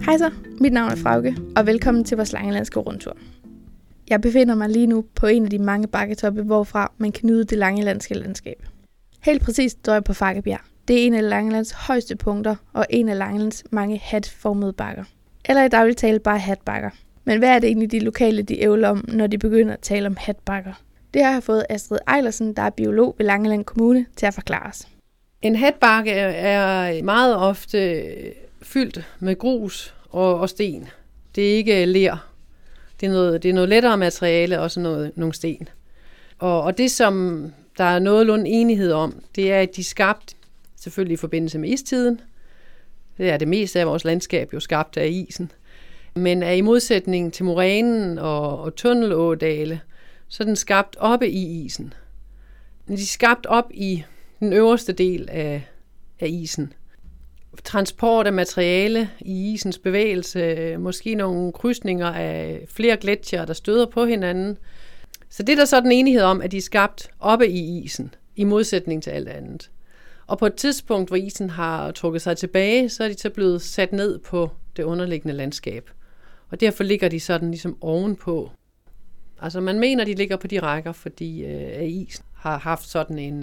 Hej så, mit navn er Frauke, og velkommen til vores langelandske rundtur. Jeg befinder mig lige nu på en af de mange bakketoppe, hvorfra man kan nyde det langelandske landskab. Helt præcist står jeg på Fakkebjerg. Det er en af Langelands højeste punkter, og en af Langelands mange hatformede bakker. Eller i daglig tale bare hatbakker. Men hvad er det egentlig de lokale, de ævler om, når de begynder at tale om hatbakker? Det har jeg fået Astrid Eilersen, der er biolog ved Langeland Kommune, til at forklare os. En hatbakke er meget ofte fyldt med grus og sten. Det er ikke ler. Det er noget lettere materiale, og så nogle sten. Og det, som der er nogenlunde enighed om, det er, at de er skabt selvfølgelig i forbindelse med istiden. Det er det meste af vores landskab jo skabt af isen. Men er i modsætning til morænen og tunnelådale, så er den skabt oppe i isen. De er skabt op i den øverste del af isen. Transport af materiale i isens bevægelse, måske nogle krydsninger af flere gletsjere, der støder på hinanden. Så det er der så den enighed om, at de er skabt oppe i isen, i modsætning til alt andet. Og på et tidspunkt, hvor isen har trukket sig tilbage, så er de så blevet sat ned på det underliggende landskab. Og derfor ligger de sådan ligesom ovenpå. Altså man mener, de ligger på de rækker, fordi isen har haft sådan en...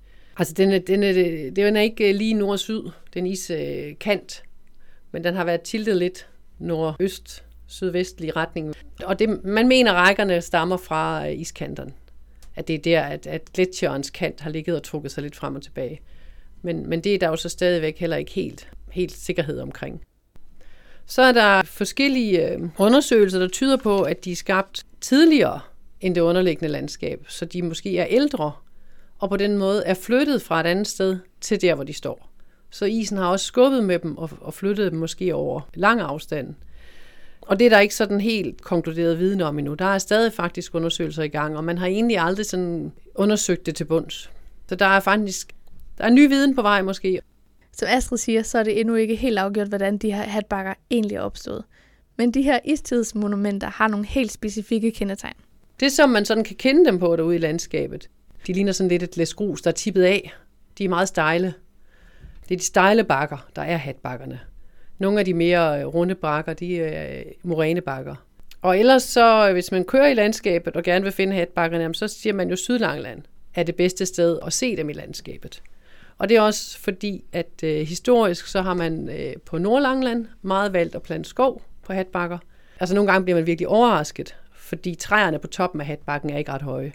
den er ikke lige nord og syd, den iskant, men den har været tiltet lidt nordøst, sydvestlig retning. Og man mener, rækkerne stammer fra iskanterne. At det er der, at gletsjerens kant har ligget og trukket sig lidt frem og tilbage. Men det er der jo så stadigvæk heller ikke helt sikkerhed omkring. Så er der forskellige undersøgelser, der tyder på, at de er skabt tidligere end det underliggende landskab, så de måske er ældre, og på den måde er flyttet fra et andet sted til der, hvor de står. Så isen har også skubbet med dem og flyttet dem måske over lang afstand. Og det er der ikke sådan helt konkluderet viden om endnu. Der er stadig faktisk undersøgelser i gang, og man har egentlig aldrig sådan undersøgt det til bunds. Så der er ny viden på vej måske. Som Astrid siger, så er det endnu ikke helt afgjort, hvordan de her hatbakker egentlig er opstået. Men de her istidsmonumenter har nogle helt specifikke kendetegn. Det, som man sådan kan kende dem på derude i landskabet, de ligner sådan lidt et læs grus, der er tippet af. De er meget stejle. Det er de stejle bakker, der er hatbakkerne. Nogle af de mere runde bakker, de er morænebakker. Og ellers så, hvis man kører i landskabet og gerne vil finde hatbakkerne, så siger man jo Sydlangeland er det bedste sted at se dem i landskabet. Og det er også fordi, at historisk så har man på Nordlangeland meget valgt at plante skov på hatbakker. Altså nogle gange bliver man virkelig overrasket, fordi træerne på toppen af hatbakken er ikke ret høje.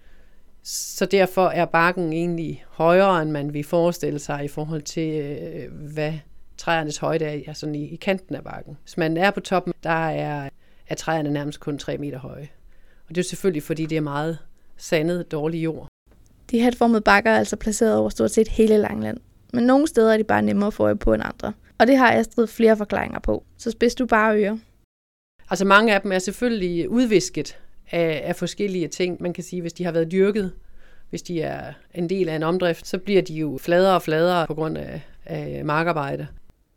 Så derfor er bakken egentlig højere, end man vil forestille sig i forhold til, hvad træernes højde er sådan i kanten af bakken. Hvis man er på toppen, der er træerne nærmest kun 3 meter høje. Og det er jo selvfølgelig, fordi det er meget sandet, dårlig jord. De hatformede bakker er altså placeret over stort set hele Langeland. Men nogle steder er de bare nemmere at få øje på end andre. Og det har Astrid flere forklaringer på. Så spids du bare ører. Altså mange af dem er selvfølgelig udvisket af forskellige ting. Man kan sige, hvis de har været dyrket, hvis de er en del af en omdrift, så bliver de jo fladere og fladere på grund af markarbejde.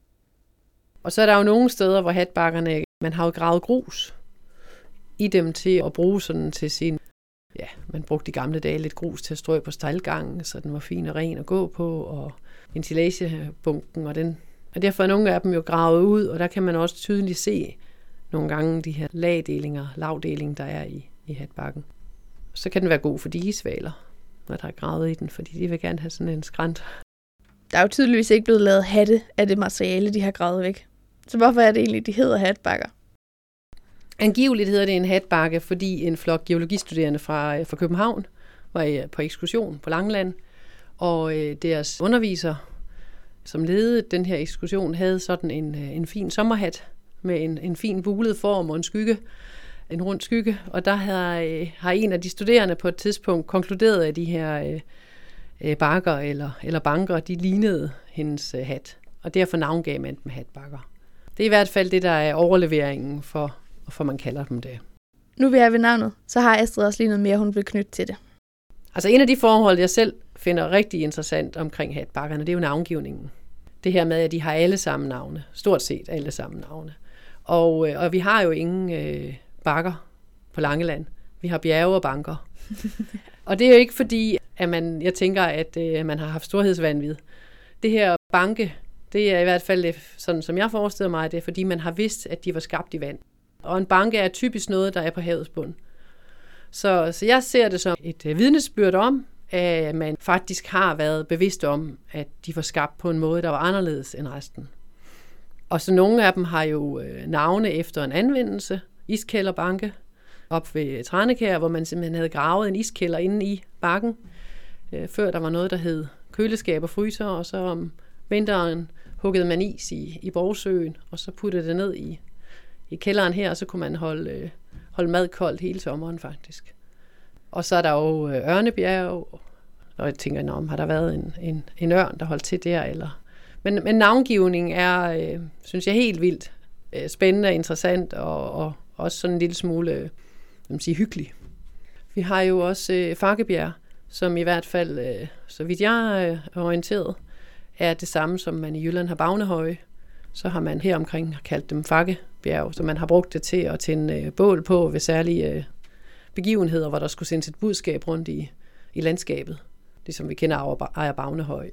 Og så er der jo nogle steder, hvor hatbakkerne, man har jo gravet grus i dem til at bruge sådan til sin... Ja, man brugte i gamle dage lidt grus til at strø på stejlgangen, så den var fin og ren at gå på, og ventilagebunken, og derfor er nogle af dem jo gravet ud, og der kan man også tydeligt se nogle gange de her lavdelinger, der er i hatbakken. Så kan den være god for digesvaler, når der er gravet i den, fordi de vil gerne have sådan en skrænt. Der er jo tydeligvis ikke blevet lavet hatte af det materiale, de har gravet væk. Så hvorfor er det egentlig, de hedder hatbakker? Angiveligt hedder det en hatbakke, fordi en flok geologistuderende fra København var på ekskursion på Langeland, og deres underviser, som ledede den her ekskursion, havde sådan en fin sommerhat med en fin bulet form og en rund skygge, og der har en af de studerende på et tidspunkt konkluderet, at de her bakker eller banker, de lignede hendes hat, og derfor navngav man dem hatbakker. Det er i hvert fald det, der er overleveringen for man kalder dem det. Nu vil jeg ved navnet, så har Astrid også lige noget mere, hun vil knytte til det. Altså en af de forhold, jeg selv finder rigtig interessant omkring hatbakkerne, det er jo navngivningen. Det her med, at de har alle sammen navne. Stort set alle sammen navne. Og vi har jo ingen bakker på Langeland. Vi har bjerge og banker. Og det er jo ikke fordi, at jeg tænker, at man har haft storhedsvanvid. Det her banke, Det er i hvert fald sådan, som jeg forestiller mig, det er, fordi man har vidst, at de var skabt i vand. Og en banke er typisk noget, der er på havets bund. Så jeg ser det som et vidnesbyrd om, at man faktisk har været bevidst om, at de var skabt på en måde, der var anderledes end resten. Og så nogle af dem har jo navne efter en anvendelse. Iskælderbanke op ved Tranekær, hvor man simpelthen havde gravet en iskælder inde i bakken. Før der var noget, der hed køleskab og fryser, og så om vinteren huggede man is i Borgsøen, og så puttede det ned i kælderen her, og så kunne man holde mad koldt hele sommeren faktisk. Og så er der jo Ørnebjerg, og jeg tænker, har der været en ørn, der holdt til der? Eller? Men navngivning er, synes jeg, helt vildt spændende og interessant, og også sådan en lille smule hyggelig. Vi har jo også Fakkebjerg, som i hvert fald, så vidt jeg er orienteret, er det samme, som man i Jylland har Bagnehøje. Så har man her omkring kaldt dem Fakkebjerg, så man har brugt det til at tænde bål på ved særlige begivenheder, hvor der skulle sendes et budskab rundt i landskabet. Det som vi kender ejer Bagnehøje.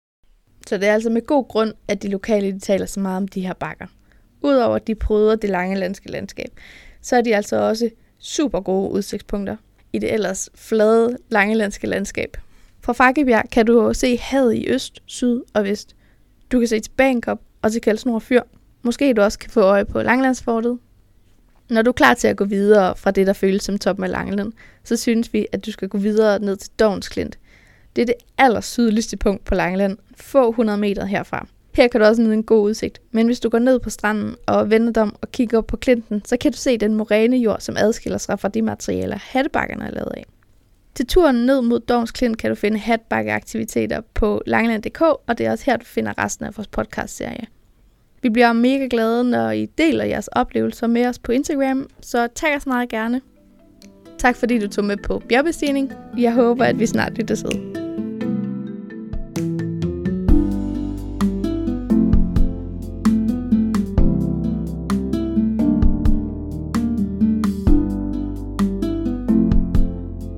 Så det er altså med god grund, at de lokale de taler så meget om de her bakker. Udover at de pryder det langelandske landskab, så er de altså også super gode udsigtspunkter i det ellers flade langelandske landskab. Fra Fakkebjerg kan du se havet i øst, syd og vest. Du kan se til Bagenkop og til Kaldsnor Fyr. Måske du også kan få øje på Langelandsfortet. Når du er klar til at gå videre fra det, der føles som toppen af Langeland, så synes vi, at du skal gå videre ned til Dovns Klint. Det er det allersydligste punkt på Langeland, få 100 meter herfra. Her kan du også nyde en god udsigt, men hvis du går ned på stranden og vender dig om og kigger op på klinten, så kan du se den morænejord, som adskiller sig fra de materialer, hattebakkerne er lavet af. Til turen ned mod Dovns Klint kan du finde hatbakkeaktiviteter på langeland.dk, og det er også her, du finder resten af vores podcastserie. Vi bliver mega glade, når I deler jeres oplevelser med os på Instagram, så tag os meget gerne. Tak fordi du tog med på bjergbestigning. Jeg håber, at vi snart lyttes ved.